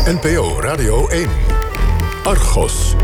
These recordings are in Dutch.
NPO Radio 1. Argos.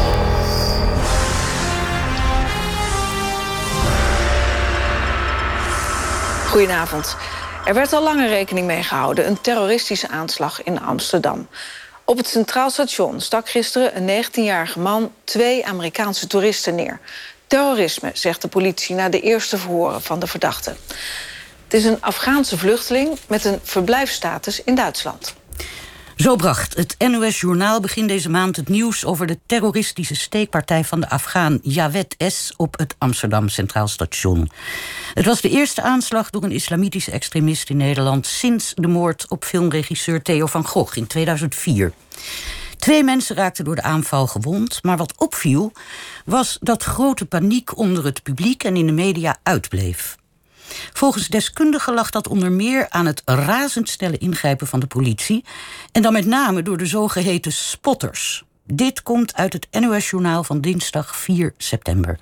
Goedenavond. Er werd al langer rekening mee gehouden. Een terroristische aanslag in Amsterdam. Op het Centraal Station stak gisteren een 19-jarige man 2 Amerikaanse toeristen neer. Terrorisme, zegt de politie na de eerste verhoren van de verdachte. Het is een Afghaanse vluchteling met een verblijfsstatus in Duitsland. Zo bracht het NOS-journaal begin deze maand het nieuws over de terroristische steekpartij van de Afghaan Jawed S. op het Amsterdam Centraal Station. Het was de eerste aanslag door een islamitische extremist in Nederland sinds de moord op filmregisseur Theo van Gogh in 2004. 2 mensen raakten door de aanval gewond, maar wat opviel was dat grote paniek onder het publiek en in de media uitbleef. Volgens deskundigen lag dat onder meer aan het razendsnelle ingrijpen van de politie en dan met name door de zogeheten spotters. Dit komt uit het NOS-journaal van dinsdag 4 september.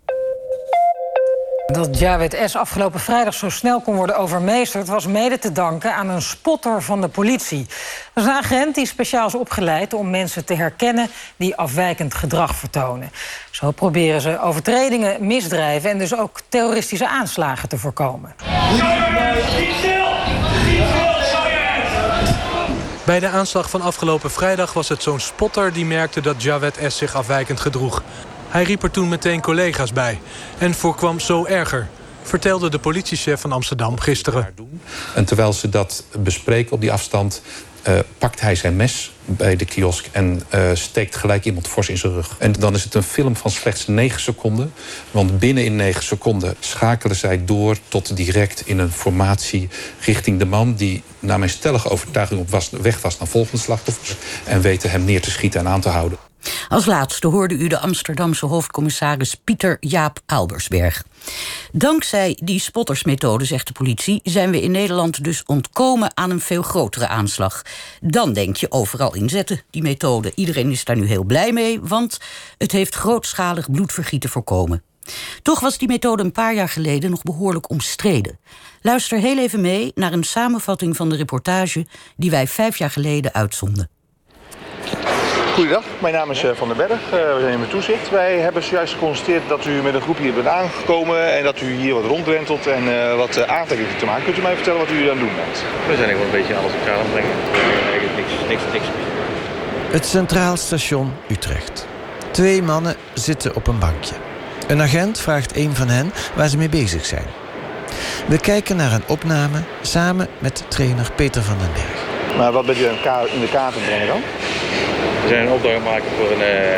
Dat Jawed S. afgelopen vrijdag zo snel kon worden overmeesterd was mede te danken aan een spotter van de politie. Dat is een agent die speciaal is opgeleid om mensen te herkennen die afwijkend gedrag vertonen. Zo proberen ze overtredingen, misdrijven en dus ook terroristische aanslagen te voorkomen. Bij de aanslag van afgelopen vrijdag was het zo'n spotter die merkte dat Jawed S. zich afwijkend gedroeg. Hij riep er toen meteen collega's bij en voorkwam zo erger, vertelde de politiechef van Amsterdam gisteren. En terwijl ze dat bespreken op die afstand, pakt hij zijn mes bij de kiosk en steekt gelijk iemand fors in zijn rug. En dan is het een film van slechts 9 seconden. Want binnen in 9 seconden schakelen zij door tot direct in een formatie richting de man die naar mijn stellige overtuiging op weg was naar volgende slachtoffers en weten hem neer te schieten en aan te houden. Als laatste hoorde u de Amsterdamse hoofdcommissaris Pieter Jaap Albersberg. Dankzij die spottersmethode, zegt de politie, zijn we in Nederland dus ontkomen aan een veel grotere aanslag. Dan denk je overal inzetten, die methode. Iedereen is daar nu heel blij mee, want het heeft grootschalig bloedvergieten voorkomen. Toch was die methode een paar jaar geleden nog behoorlijk omstreden. Luister heel even mee naar een samenvatting van de reportage die wij 5 jaar geleden uitzonden. Goedendag, mijn naam is Van den Berg. We zijn in mijn toezicht. Wij hebben zojuist geconstateerd dat u met een groep hier bent aangekomen en dat u hier wat rondrentelt en wat aantekeningen te maken. Kunt u mij vertellen wat u hier aan het doen bent? We zijn gewoon een beetje alles op elkaar aan het brengen. Eigenlijk niks. Het Centraal Station Utrecht. 2 mannen zitten op een bankje. Een agent vraagt een van hen waar ze mee bezig zijn. We kijken naar een opname samen met trainer Peter van den Berg. Maar wat bent u in de kaart aan het brengen dan? We zijn een opdracht maken voor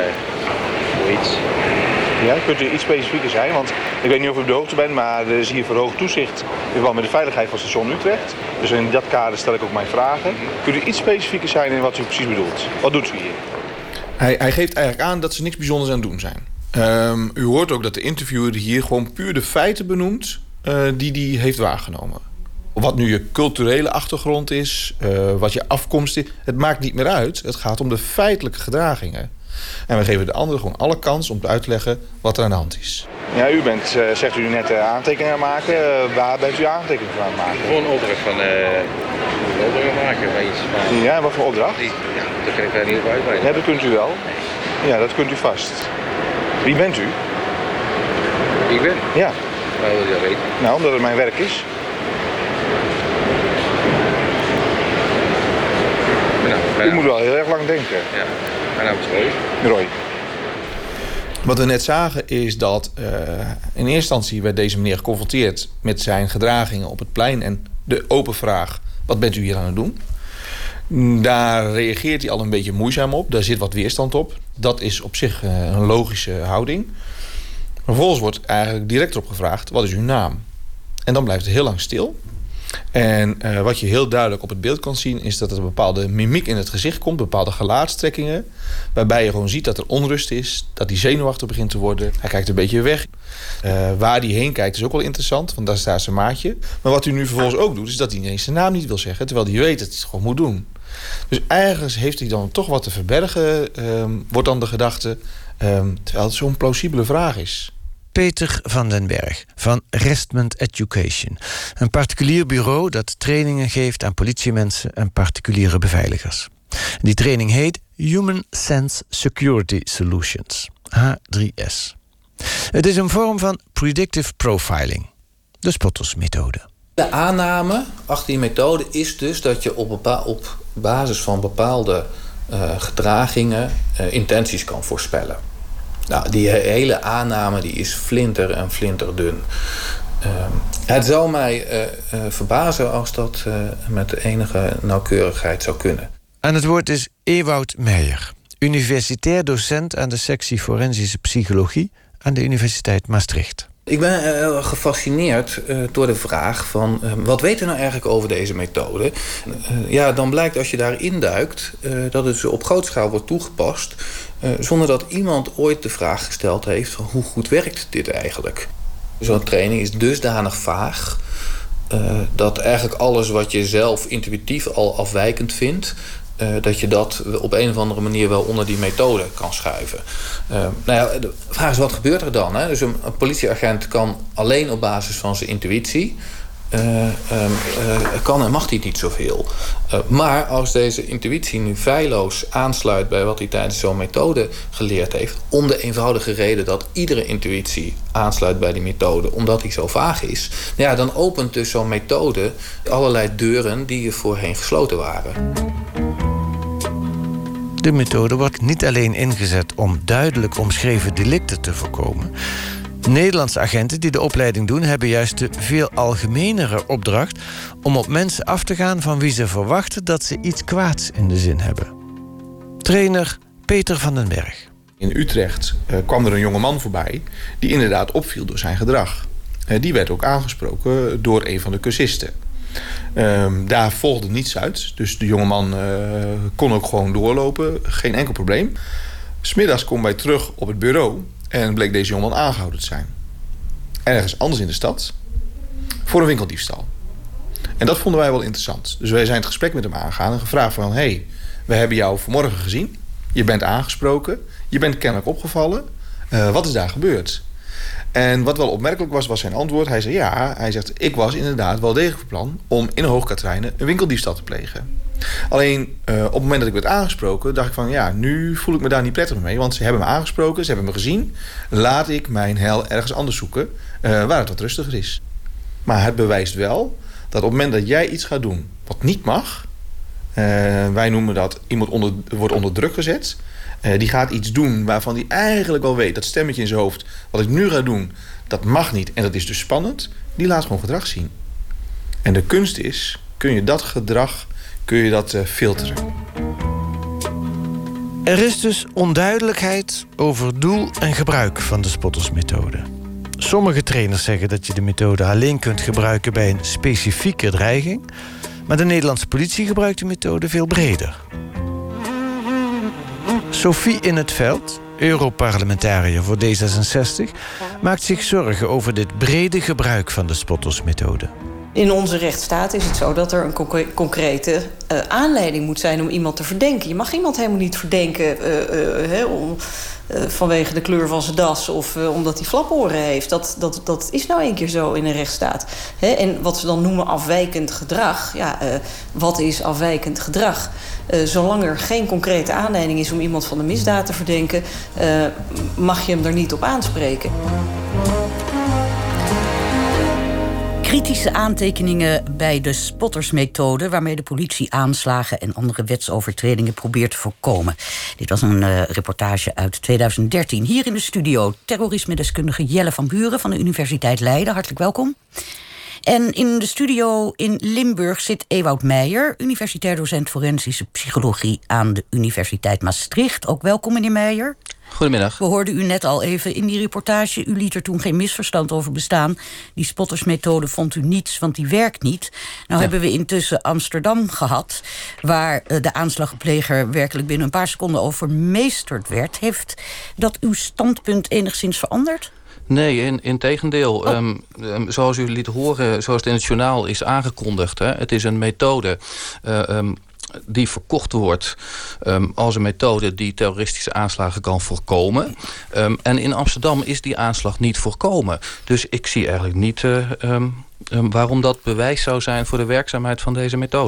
iets. Ja, kunt u iets specifieker zijn? Want ik weet niet of u op de hoogte bent, maar er is hier verhoogd toezicht in verband met de veiligheid van station Utrecht. Dus in dat kader stel ik ook mijn vragen. Kunt u iets specifieker zijn in wat u precies bedoelt? Wat doet u hier? Hij geeft eigenlijk aan dat ze niks bijzonders aan het doen zijn. U hoort ook dat de interviewer hier gewoon puur de feiten benoemt die hij heeft waargenomen. Wat nu je culturele achtergrond is, wat je afkomst is, het maakt niet meer uit. Het gaat om de feitelijke gedragingen. En we geven de anderen gewoon alle kans om uit te leggen wat er aan de hand is. Ja, u bent, zegt u net, aantekeningen aan het maken. Waar bent u aantekeningen van aan het maken? Gewoon een opdracht van opdracht maken bij iets. Van... Ja, wat voor opdracht? Ja, dat kan ik daar niet op uitbreiden. Ja, dat kunt u wel. Ja, dat kunt u vast. Wie bent u? Ik ben? Ja. Waar wil je dat weten? Nou, omdat het mijn werk is. U moet wel heel erg lang denken. Ja, mijn naam is Roy. Roy. Wat we net zagen is dat in eerste instantie werd deze meneer geconfronteerd met zijn gedragingen op het plein en de open vraag, wat bent u hier aan het doen? Daar reageert hij al een beetje moeizaam op, daar zit wat weerstand op. Dat is op zich een logische houding. Vervolgens wordt eigenlijk direct erop gevraagd, wat is uw naam? En dan blijft het heel lang stil. En wat je heel duidelijk op het beeld kan zien is dat er een bepaalde mimiek in het gezicht komt, bepaalde gelaatstrekkingen, waarbij je gewoon ziet dat er onrust is, dat hij zenuwachtig begint te worden. Hij kijkt een beetje weg. Waar hij heen kijkt is ook wel interessant, want daar staat zijn maatje. Maar wat hij nu vervolgens ook doet, is dat hij ineens zijn naam niet wil zeggen, terwijl hij weet dat hij het gewoon moet doen. Dus ergens heeft hij dan toch wat te verbergen, wordt dan de gedachte, terwijl het zo'n plausibele vraag is. Peter van den Berg van Restment Education. Een particulier bureau dat trainingen geeft aan politiemensen en particuliere beveiligers. Die training heet Human Sense Security Solutions, H3S. Het is een vorm van predictive profiling, de spottersmethode. De aanname achter die methode is dus dat je op basis van bepaalde gedragingen intenties kan voorspellen. Nou, die hele aanname die is flinter en flinterdun. Het zou mij verbazen als dat met enige nauwkeurigheid zou kunnen. Aan het woord is Ewout Meijer, universitair docent aan de sectie Forensische Psychologie aan de Universiteit Maastricht. Ik ben gefascineerd door de vraag van wat weten we nou eigenlijk over deze methode? Dan blijkt als je daarin duikt dat het op grote schaal wordt toegepast zonder dat iemand ooit de vraag gesteld heeft van hoe goed werkt dit eigenlijk? Zo'n training is dusdanig vaag dat eigenlijk alles wat je zelf intuïtief al afwijkend vindt, dat je dat op een of andere manier wel onder die methode kan schuiven. De vraag is, wat gebeurt er dan? Hè? Dus een politieagent kan alleen op basis van zijn intuïtie kan en mag hij niet zoveel. Maar als deze intuïtie nu feilloos aansluit bij wat hij tijdens zo'n methode geleerd heeft, om de eenvoudige reden dat iedere intuïtie aansluit bij die methode, omdat die zo vaag is, dan opent dus zo'n methode allerlei deuren die er voorheen gesloten waren. De methode wordt niet alleen ingezet om duidelijk omschreven delicten te voorkomen. Nederlandse agenten die de opleiding doen hebben juist de veel algemenere opdracht om op mensen af te gaan van wie ze verwachten dat ze iets kwaads in de zin hebben. Trainer Peter van den Berg. In Utrecht kwam er een jonge man voorbij die inderdaad opviel door zijn gedrag. Die werd ook aangesproken door een van de cursisten. Daar volgde niets uit, dus de jongeman kon ook gewoon doorlopen, geen enkel probleem. 'S Middags komen wij terug op het bureau en bleek deze jongeman aangehouden te zijn. Ergens anders in de stad, voor een winkeldiefstal. En dat vonden wij wel interessant. Dus wij zijn het gesprek met hem aangegaan en gevraagd van, hey, we hebben jou vanmorgen gezien, je bent aangesproken, je bent kennelijk opgevallen, wat is daar gebeurd? En wat wel opmerkelijk was zijn antwoord. Hij zei hij zegt, ik was inderdaad wel degelijk van plan om in Hoogkaterijnen een winkeldiefstal te plegen. Alleen op het moment dat ik werd aangesproken, dacht ik van nu voel ik me daar niet prettig mee. Want ze hebben me aangesproken, ze hebben me gezien. Laat ik mijn hel ergens anders zoeken waar het wat rustiger is. Maar het bewijst wel dat op het moment dat jij iets gaat doen wat niet mag, wij noemen dat iemand wordt onder druk gezet. Die gaat iets doen waarvan hij eigenlijk al weet, dat stemmetje in zijn hoofd, wat ik nu ga doen, dat mag niet en dat is dus spannend. Die laat gewoon gedrag zien. En de kunst is, kun je dat gedrag filteren. Er is dus onduidelijkheid over doel en gebruik van de spottersmethode. Sommige trainers zeggen dat je de methode alleen kunt gebruiken bij een specifieke dreiging, maar de Nederlandse politie gebruikt de methode veel breder. Sophie In 't Veld, Europarlementariër voor D66, maakt zich zorgen over dit brede gebruik van de spottersmethode. In onze rechtsstaat is het zo dat er een concrete aanleiding moet zijn om iemand te verdenken. Je mag iemand helemaal niet verdenken vanwege de kleur van zijn das of omdat hij flaporen heeft. Dat is nou een keer zo in een rechtsstaat. En wat ze dan noemen afwijkend gedrag. Wat is afwijkend gedrag? Zolang er geen concrete aanleiding is om iemand van een misdaad te verdenken, mag je hem er niet op aanspreken. Kritische aantekeningen bij de spottersmethode, waarmee de politie aanslagen en andere wetsovertredingen probeert te voorkomen. Dit was een reportage uit 2013. Hier in de studio terrorisme-deskundige Jelle van Buren van de Universiteit Leiden. Hartelijk welkom. En in de studio in Limburg zit Ewout Meijer, universitair docent forensische psychologie aan de Universiteit Maastricht. Ook welkom, meneer Meijer. Goedemiddag. We hoorden u net al even in die reportage. U liet er toen geen misverstand over bestaan. Die spottersmethode vond u niets, want die werkt niet. Nou hebben we intussen Amsterdam gehad, waar de aanslagpleger werkelijk binnen een paar seconden overmeesterd werd. Heeft dat uw standpunt enigszins veranderd? Nee, in tegendeel. Zoals u liet horen, zoals het in het journaal is aangekondigd, het is een methode die verkocht wordt als een methode die terroristische aanslagen kan voorkomen. En in Amsterdam is die aanslag niet voorkomen. Dus ik zie eigenlijk niet waarom dat bewijs zou zijn voor de werkzaamheid van deze methode.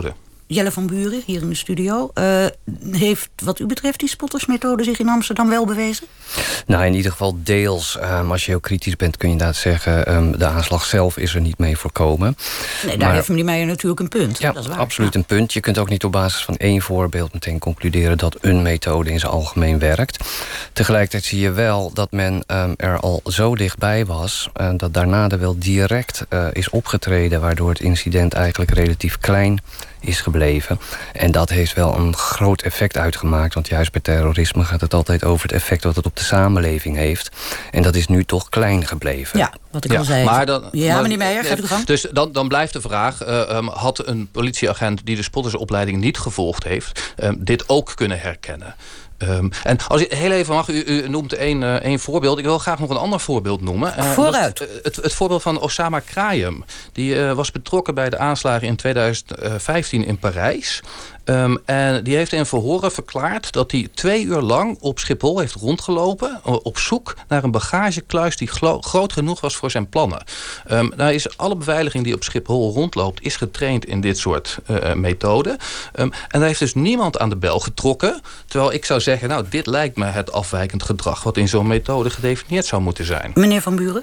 Jelle van Buren, hier in de studio. Heeft wat u betreft die spottersmethode zich in Amsterdam wel bewezen? Nou, in ieder geval deels. Als je heel kritisch bent kun je inderdaad zeggen... de aanslag zelf is er niet mee voorkomen. Nee, daar heeft meneer Meijer natuurlijk een punt. Ja, dat is waar. Absoluut een punt. Je kunt ook niet op basis van één voorbeeld meteen concluderen... dat een methode in zijn algemeen werkt. Tegelijkertijd zie je wel dat men er al zo dichtbij was... dat daarna er wel direct is opgetreden... waardoor het incident eigenlijk relatief klein is gebleven. En dat heeft wel een groot effect uitgemaakt. Want juist bij terrorisme gaat het altijd over het effect... wat het op de samenleving heeft. En dat is nu toch klein gebleven. Ja, wat ik al zei. Maar meneer Meijer, gaat u gang. Dus dan blijft de vraag... had een politieagent die de spottersopleiding niet gevolgd heeft... dit ook kunnen herkennen? En als ik heel even mag, u noemt één voorbeeld. Ik wil graag nog een ander voorbeeld noemen. Vooruit. Het voorbeeld van Osama Krayem. Die was betrokken bij de aanslagen in 2015 in Parijs. En die heeft in verhoren verklaard dat hij 2 uur lang op Schiphol heeft rondgelopen... op zoek naar een bagagekluis die groot genoeg was voor zijn plannen. Nou is alle beveiliging die op Schiphol rondloopt... is getraind in dit soort methoden. En daar heeft dus niemand aan de bel getrokken. Terwijl ik zou zeggen, nou, dit lijkt me het afwijkend gedrag... wat in zo'n methode gedefinieerd zou moeten zijn. Meneer Van Buren?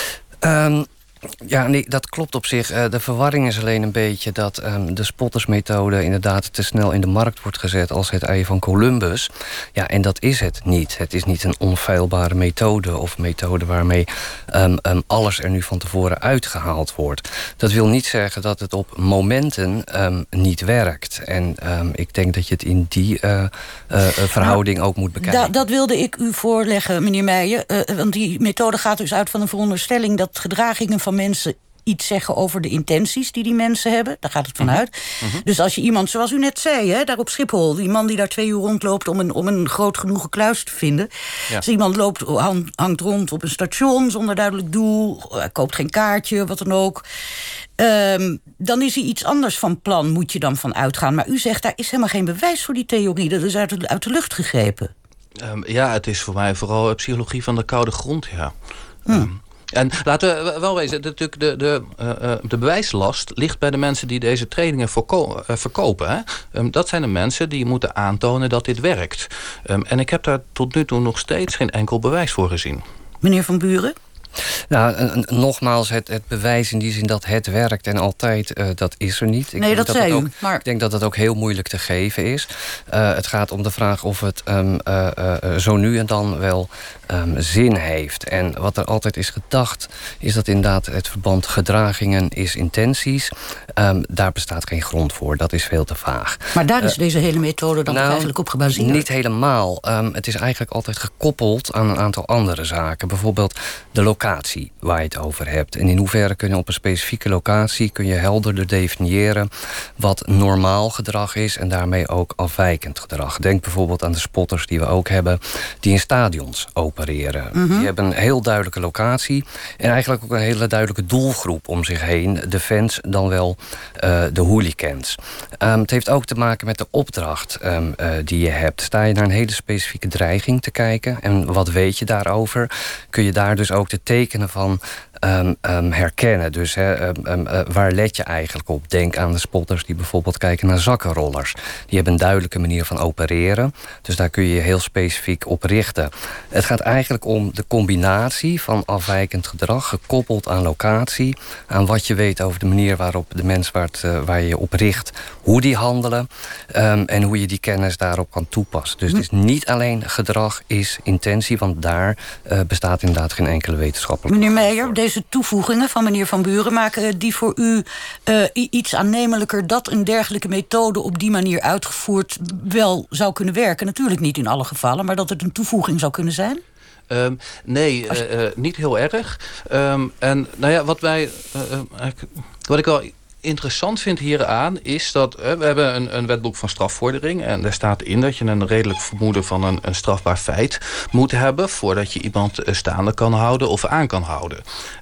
Ja, nee, dat klopt op zich. De verwarring is alleen een beetje dat de spottersmethode... inderdaad te snel in de markt wordt gezet als het ei van Columbus. Ja, en dat is het niet. Het is niet een onfeilbare methode... of methode waarmee alles er nu van tevoren uitgehaald wordt. Dat wil niet zeggen dat het op momenten niet werkt. En ik denk dat je het in die verhouding ook moet bekijken. Dat wilde ik u voorleggen, meneer Meijer. Want die methode gaat dus uit van een veronderstelling... dat gedragingen van mensen iets zeggen over de intenties die mensen hebben. Daar gaat het van uit. Dus als je iemand, zoals u net zei, hè, daar op Schiphol... die man die daar 2 uur rondloopt om een groot genoegen kluis te vinden... Ja. Als iemand hangt rond op een station zonder duidelijk doel... koopt geen kaartje, wat dan ook... dan is hij iets anders van plan, moet je dan van uitgaan. Maar u zegt, daar is helemaal geen bewijs voor die theorie. Dat is uit de lucht gegrepen. Ja, het is voor mij vooral psychologie van de koude grond, ja. En laten we wel wezen, natuurlijk de bewijslast ligt bij de mensen die deze trainingen verkopen. Hè? Dat zijn de mensen die moeten aantonen dat dit werkt. En ik heb daar tot nu toe nog steeds geen enkel bewijs voor gezien. Meneer Van Buren? Nou, nogmaals, het bewijs in die zin dat het werkt en altijd, dat is er niet. Nee, dat zei u. Ik denk dat het ook heel moeilijk te geven is. Het gaat om de vraag of het zo nu en dan wel zin heeft. En wat er altijd is gedacht, is dat inderdaad het verband gedragingen is intenties. Daar bestaat geen grond voor, dat is veel te vaag. Maar daar is deze hele methode dan eigenlijk op gebaseerd? Niet helemaal. Het is eigenlijk altijd gekoppeld aan een aantal andere zaken. Bijvoorbeeld de locatie waar je het over hebt. En in hoeverre kun je op een specifieke locatie... kun je helderder definiëren wat normaal gedrag is... en daarmee ook afwijkend gedrag. Denk bijvoorbeeld aan de spotters die we ook hebben... die in stadions opereren. Die hebben een heel duidelijke locatie... en eigenlijk ook een hele duidelijke doelgroep om zich heen. De fans, dan wel de hooligans. Het heeft ook te maken met de opdracht die je hebt. Sta je naar een hele specifieke dreiging te kijken... en wat weet je daarover? Kun je daar dus ook de tekenen van herkennen. Dus waar let je eigenlijk op? Denk aan de spotters die bijvoorbeeld kijken naar zakkenrollers. Die hebben een duidelijke manier van opereren. Dus daar kun je je heel specifiek op richten. Het gaat eigenlijk om de combinatie van afwijkend gedrag... gekoppeld aan locatie, aan wat je weet over de manier waarop de mens waar je je op richt... hoe die handelen en hoe je die kennis daarop kan toepassen. Dus het is niet alleen gedrag, is intentie... want daar bestaat inderdaad geen enkele wetenschappelijke... Meneer Meijer, deze toevoegingen van meneer Van Buren... maken die voor u iets aannemelijker... dat een dergelijke methode op die manier uitgevoerd wel zou kunnen werken? Natuurlijk niet in alle gevallen, maar dat het een toevoeging zou kunnen zijn? Nee, niet heel erg. En nou ja, wat ik wel interessant vind hieraan is dat... we hebben een wetboek van strafvordering... en daar staat in dat je een redelijk vermoeden van een strafbaar feit moet hebben... voordat je iemand staande kan houden of aan kan houden.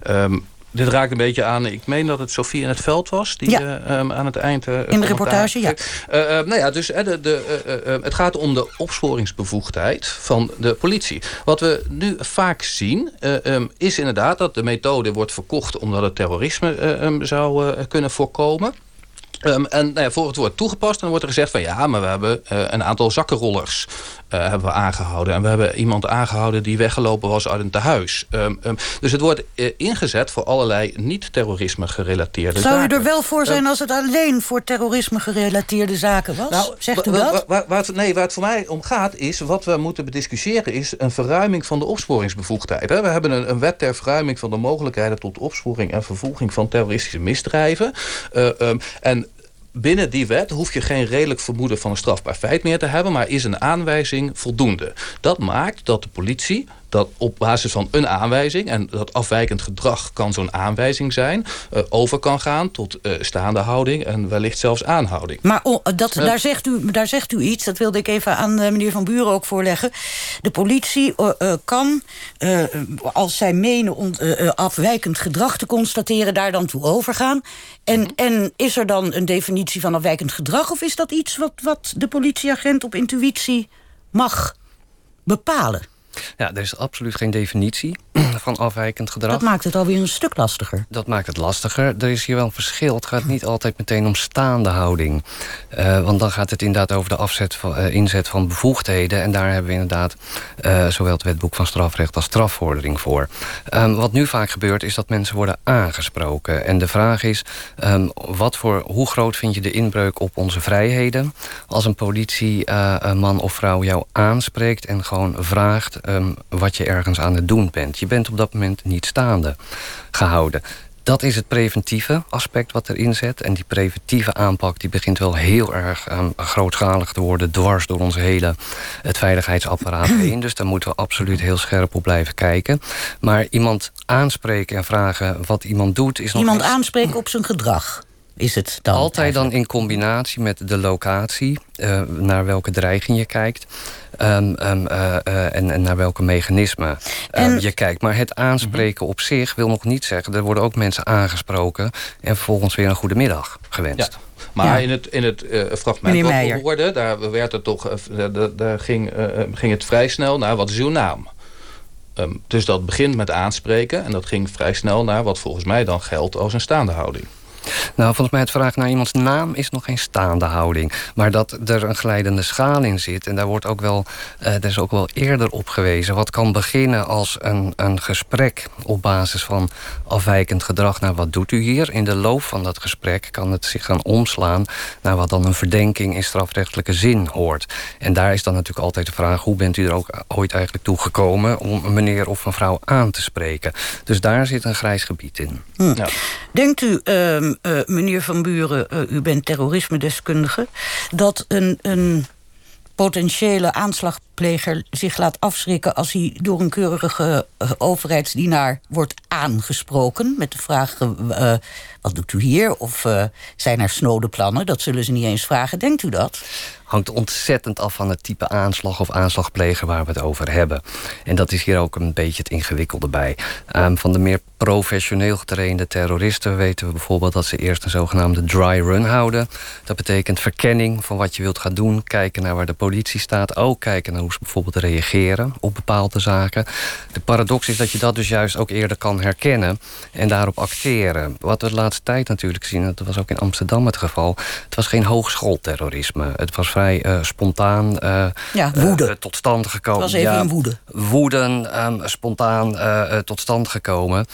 Dit raakt een beetje aan, ik meen dat het Sofie in het Veld was... die aan het eind... in de reportage, ja. Nou ja, dus het gaat om de opsporingsbevoegdheid van de politie. Wat we nu vaak zien, is inderdaad dat de methode wordt verkocht... omdat het terrorisme zou kunnen voorkomen... Voor het wordt toegepast, dan wordt er gezegd van ja, maar we hebben een aantal zakkenrollers hebben we aangehouden. En we hebben iemand aangehouden die weggelopen was uit een tehuis. Dus het wordt ingezet voor allerlei niet-terrorisme gerelateerde zaken. Zou u er wel voor zijn als het alleen voor terrorisme gerelateerde zaken was? Zegt u dat? Waar het voor mij om gaat is, wat we moeten bediscussiëren is een verruiming van de opsporingsbevoegdheid. We hebben een wet ter verruiming van de mogelijkheden tot opsporing en vervolging van terroristische misdrijven. En binnen die wet hoef je geen redelijk vermoeden van een strafbaar feit meer te hebben, maar is een aanwijzing voldoende. Dat maakt dat de politie, dat op basis van een aanwijzing, en dat afwijkend gedrag kan zo'n aanwijzing zijn, over kan gaan tot staande houding en wellicht zelfs aanhouding. Maar daar zegt u iets, dat wilde ik even aan meneer Van Buren ook voorleggen. De politie kan, als zij menen afwijkend gedrag te constateren, daar dan toe overgaan. En is er dan een definitie van afwijkend gedrag, of is dat iets wat de politieagent op intuïtie mag bepalen? Ja, er is absoluut geen definitie van afwijkend gedrag. Dat maakt het alweer een stuk lastiger. Dat maakt het lastiger. Er is hier wel een verschil. Het gaat niet altijd meteen om staande houding. Want dan gaat het inderdaad over de inzet van bevoegdheden. En daar hebben we inderdaad zowel het wetboek van strafrecht als strafvordering voor. Wat nu vaak gebeurt is dat mensen worden aangesproken. En de vraag is, hoe groot vind je de inbreuk op onze vrijheden? Als een politieman of vrouw jou aanspreekt en gewoon vraagt wat je ergens aan het doen bent. Je bent op dat moment niet staande gehouden. Dat is het preventieve aspect wat erin zit. En die preventieve aanpak die begint wel heel erg grootschalig te worden, dwars door het veiligheidsapparaat heen. Dus daar moeten we absoluut heel scherp op blijven kijken. Maar iemand aanspreken en vragen wat iemand doet is iemand aanspreken op zijn gedrag. Is het dan altijd eigenlijk dan in combinatie met de locatie, naar welke dreiging je kijkt. En naar welke mechanismen je kijkt. Maar het aanspreken op zich wil nog niet zeggen, er worden ook mensen aangesproken en vervolgens weer een goede middag gewenst. Ja. Maar in het fragment wat we hoorden, daar werd het toch, daar ging het vrij snel naar wat is uw naam. Dus dat begint met aanspreken en dat ging vrij snel naar wat volgens mij dan geldt als een staande houding. Nou, volgens mij het vragen naar iemands naam is nog geen staande houding. Maar dat er een glijdende schaal in zit. En daar wordt ook wel, er is ook wel eerder op gewezen. Wat kan beginnen als een gesprek op basis van afwijkend gedrag. Nou, wat doet u hier? In de loop van dat gesprek kan het zich gaan omslaan naar wat dan een verdenking in strafrechtelijke zin hoort. En daar is dan natuurlijk altijd de vraag, hoe bent u er ook ooit eigenlijk toe gekomen om een meneer of een vrouw aan te spreken? Dus daar zit een grijs gebied in. Ja. Denkt u, meneer Van Buren, u bent terrorisme-deskundige, dat een potentiële aanslagpleger zich laat afschrikken als hij door een keurige overheidsdienaar wordt aangesproken met de vraag, wat doet u hier? Of zijn er snode plannen? Dat zullen ze niet eens vragen. Denkt u dat? Hangt ontzettend af van het type aanslag of aanslagpleger waar we het over hebben. En dat is hier ook een beetje het ingewikkelde bij. Van de meer professioneel getrainde terroristen weten we bijvoorbeeld dat ze eerst een zogenaamde dry run houden. Dat betekent verkenning van wat je wilt gaan doen, kijken naar waar de politie staat, ook kijken naar hoe ze bijvoorbeeld reageren op bepaalde zaken. De paradox is dat je dat dus juist ook eerder kan herkennen en daarop acteren. Wat we de laatste tijd natuurlijk zien, en dat was ook in Amsterdam het geval, het was geen hogeschoolterrorisme. Het was vrij spontaan woede. Tot stand gekomen. Het was even een woede. Woeden, spontaan tot stand gekomen.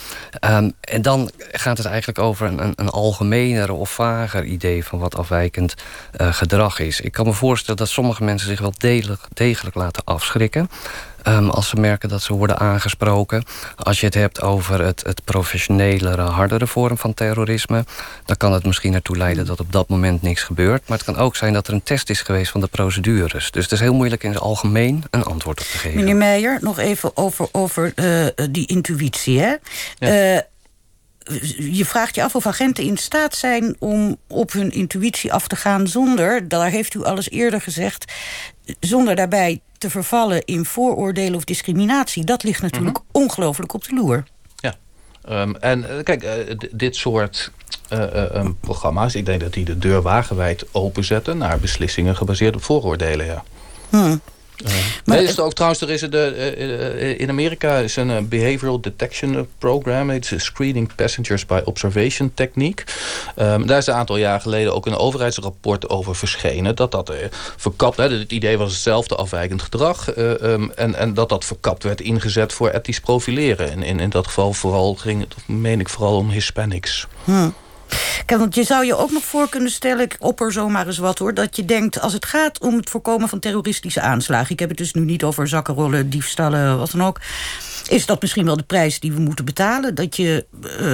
En dan gaat het eigenlijk over een algemener of vager idee van wat afwijkend gedrag is. Ik kan me voorstellen dat sommige mensen zich wel degelijk laten afschrikken als ze merken dat ze worden aangesproken. Als je het hebt over het professionelere, hardere vorm van terrorisme, dan kan het misschien ertoe leiden dat op dat moment niks gebeurt. Maar het kan ook zijn dat er een test is geweest van de procedures. Dus het is heel moeilijk in het algemeen een antwoord op te geven. Meneer Meijer, nog even over die intuïtie, hè? Ja. Je vraagt je af of agenten in staat zijn om op hun intuïtie af te gaan zonder, daar heeft u alles eerder gezegd, zonder daarbij te vervallen in vooroordelen of discriminatie. Dat ligt natuurlijk ongelooflijk op de loer. Ja, en kijk, dit soort programma's, ik denk dat die de deur wagenwijd openzetten naar beslissingen gebaseerd op vooroordelen, ja. Nee, is het ook trouwens, er is in Amerika is een behavioral detection program. Het is Screening Passengers by Observation Technique. Daar is een aantal jaar geleden ook een overheidsrapport over verschenen. Dat verkapt, het idee was hetzelfde, afwijkend gedrag. En dat verkapt werd ingezet voor ethisch profileren. En in dat geval ging het, meen ik, vooral om Hispanics. Kijk, want je zou je ook nog voor kunnen stellen, ik opper zomaar eens wat hoor, dat je denkt, als het gaat om het voorkomen van terroristische aanslagen, ik heb het dus nu niet over zakkenrollen, diefstallen, wat dan ook, is dat misschien wel de prijs die we moeten betalen? Dat je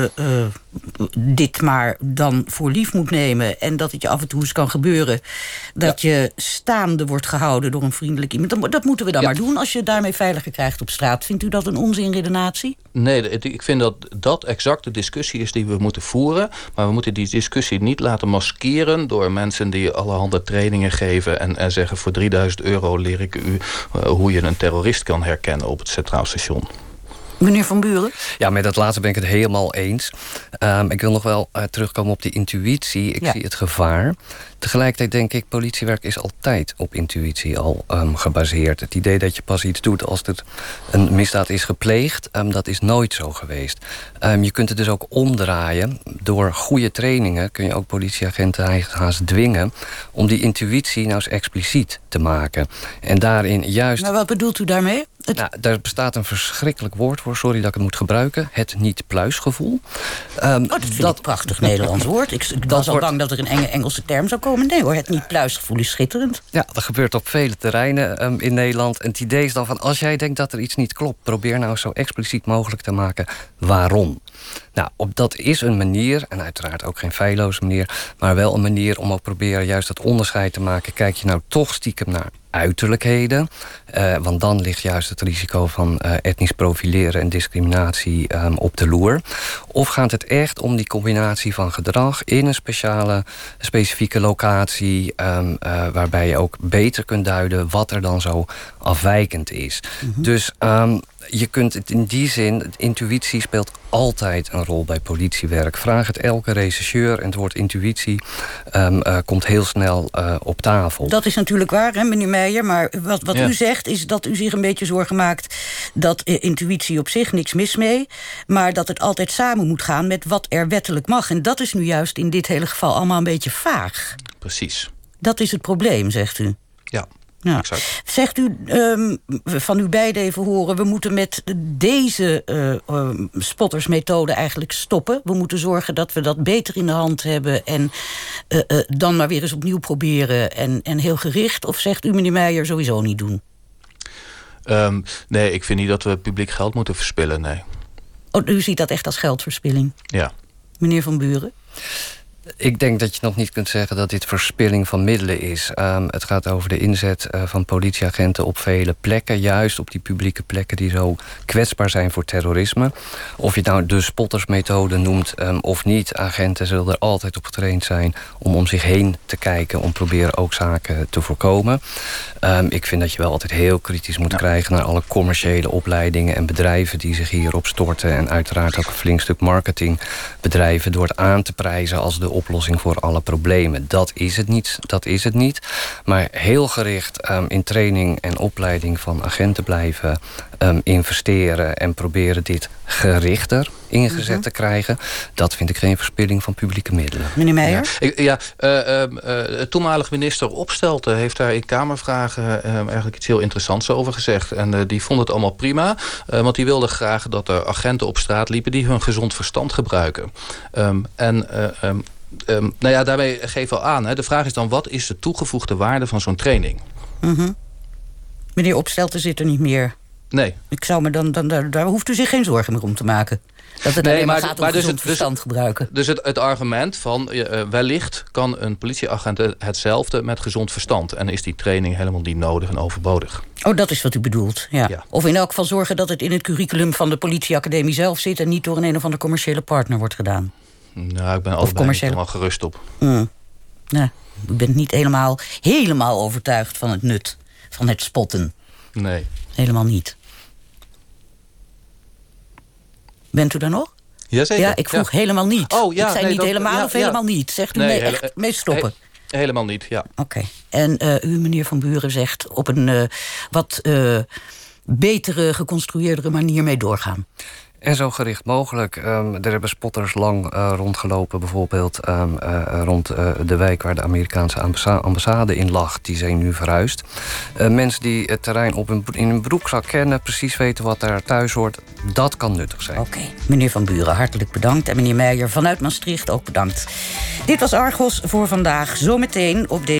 dit maar dan voor lief moet nemen en dat het je af en toe eens kan gebeuren dat je staande wordt gehouden door een vriendelijk iemand. Dat moeten we dan maar doen als je het daarmee veiliger krijgt op straat. Vindt u dat een onzinredenatie? Nee, ik vind dat exact de discussie is die we moeten voeren. Maar we moeten die discussie niet laten maskeren door mensen die allerhande trainingen geven en zeggen, voor €3000 leer ik u hoe je een terrorist kan herkennen op het Centraal Station. Meneer Van Buren? Ja, met dat laatste ben ik het helemaal eens. Ik wil nog wel terugkomen op die intuïtie. Ik zie het gevaar. Tegelijkertijd denk ik, politiewerk is altijd op intuïtie al gebaseerd. Het idee dat je pas iets doet als er een misdaad is gepleegd, dat is nooit zo geweest. Je kunt het dus ook omdraaien. Door goede trainingen kun je ook politieagenten haast dwingen om die intuïtie nou eens expliciet te maken. En daarin juist... Maar wat bedoelt u daarmee? Nou, daar bestaat een verschrikkelijk woord voor, sorry dat ik het moet gebruiken. Het niet-pluisgevoel. Dat vind ik een prachtig Nederlands woord. Ik was al bang dat er een enge Engelse term zou komen. Nee hoor, het niet-pluisgevoel is schitterend. Ja, dat gebeurt op vele terreinen in Nederland. En het idee is dan van, als jij denkt dat er iets niet klopt, probeer nou zo expliciet mogelijk te maken waarom. Nou, dat is een manier, en uiteraard ook geen feilloze manier, maar wel een manier om ook proberen juist dat onderscheid te maken. Kijk je nou toch stiekem naar uiterlijkheden, want dan ligt juist het risico van etnisch profileren en discriminatie op de loer. Of gaat het echt om die combinatie van gedrag in een specifieke locatie, waarbij je ook beter kunt duiden wat er dan zo afwijkend is. Dus je kunt het in die zin, intuïtie speelt altijd een rol bij politiewerk. Vraag het elke rechercheur en het woord intuïtie komt heel snel op tafel. Dat is natuurlijk waar, hè, meneer Meijer. Maar wat u zegt is dat u zich een beetje zorgen maakt dat intuïtie op zich, niks mis mee, maar dat het altijd samen moet gaan met wat er wettelijk mag. En dat is nu juist in dit hele geval allemaal een beetje vaag. Precies. Dat is het probleem, zegt u. Ja, exact. Zegt u van u beiden even horen, we moeten met deze spottersmethode eigenlijk stoppen. We moeten zorgen dat we dat beter in de hand hebben en dan maar weer eens opnieuw proberen en heel gericht. Of zegt u, meneer Meijer, sowieso niet doen? Nee, ik vind niet dat we publiek geld moeten verspillen, nee. Oh, u ziet dat echt als geldverspilling? Ja. Meneer Van Buren? Ik denk dat je nog niet kunt zeggen dat dit verspilling van middelen is. Het gaat over de inzet van politieagenten op vele plekken. Juist op die publieke plekken die zo kwetsbaar zijn voor terrorisme. Of je het nou de spottersmethode noemt of niet. Agenten zullen er altijd op getraind zijn om zich heen te kijken. Om proberen ook zaken te voorkomen. Ik vind dat je wel altijd heel kritisch moet krijgen naar alle commerciële opleidingen en bedrijven die zich hierop storten. En uiteraard ook een flink stuk marketingbedrijven door het aan te prijzen als de oplossing voor alle problemen. Dat is het niet. Maar heel gericht in training en opleiding van agenten blijven investeren en proberen dit gerichter ingezet te krijgen. Dat vind ik geen verspilling van publieke middelen. Meneer Meijer? Het toenmalige minister Opstelten heeft daar in Kamervragen eigenlijk iets heel interessants over gezegd. En die vond het allemaal prima. Want die wilde graag dat er agenten op straat liepen die hun gezond verstand gebruiken. Daarmee geven we aan. De vraag is dan, wat is de toegevoegde waarde van zo'n training? Meneer Opstelten zit er niet meer. Nee. Ik zou me daar hoeft u zich geen zorgen meer om te maken. Dat het alleen maar gaat om gezond verstand gebruiken. Dus het argument van wellicht kan een politieagent hetzelfde met gezond verstand. En is die training helemaal niet nodig en overbodig. Oh, dat is wat u bedoelt. Ja. Of in elk geval zorgen dat het in het curriculum van de politieacademie zelf zit en niet door een of andere commerciële partner wordt gedaan. Nou, ik ben altijd helemaal gerust op. Nou, u bent niet helemaal overtuigd van het nut van het spotten. Nee. Helemaal niet. Bent u daar nog? Jazeker. Ja, ik vroeg helemaal niet. Oh, ja, ik zei niet helemaal of helemaal niet. Zegt u echt, mee stoppen? Helemaal niet, ja. Oké. En u, meneer Van Buren, zegt op een wat betere, geconstrueerdere manier mee doorgaan. En zo gericht mogelijk. Er hebben spotters lang rondgelopen, bijvoorbeeld rond de wijk waar de Amerikaanse ambassade in lag. Die zijn nu verhuisd. Mensen die het terrein in hun broekzak kennen, precies weten wat daar thuis hoort, dat kan nuttig zijn. Oké. Meneer Van Buren, hartelijk bedankt. En meneer Meijer vanuit Maastricht ook bedankt. Dit was Argos voor vandaag. Zometeen op deze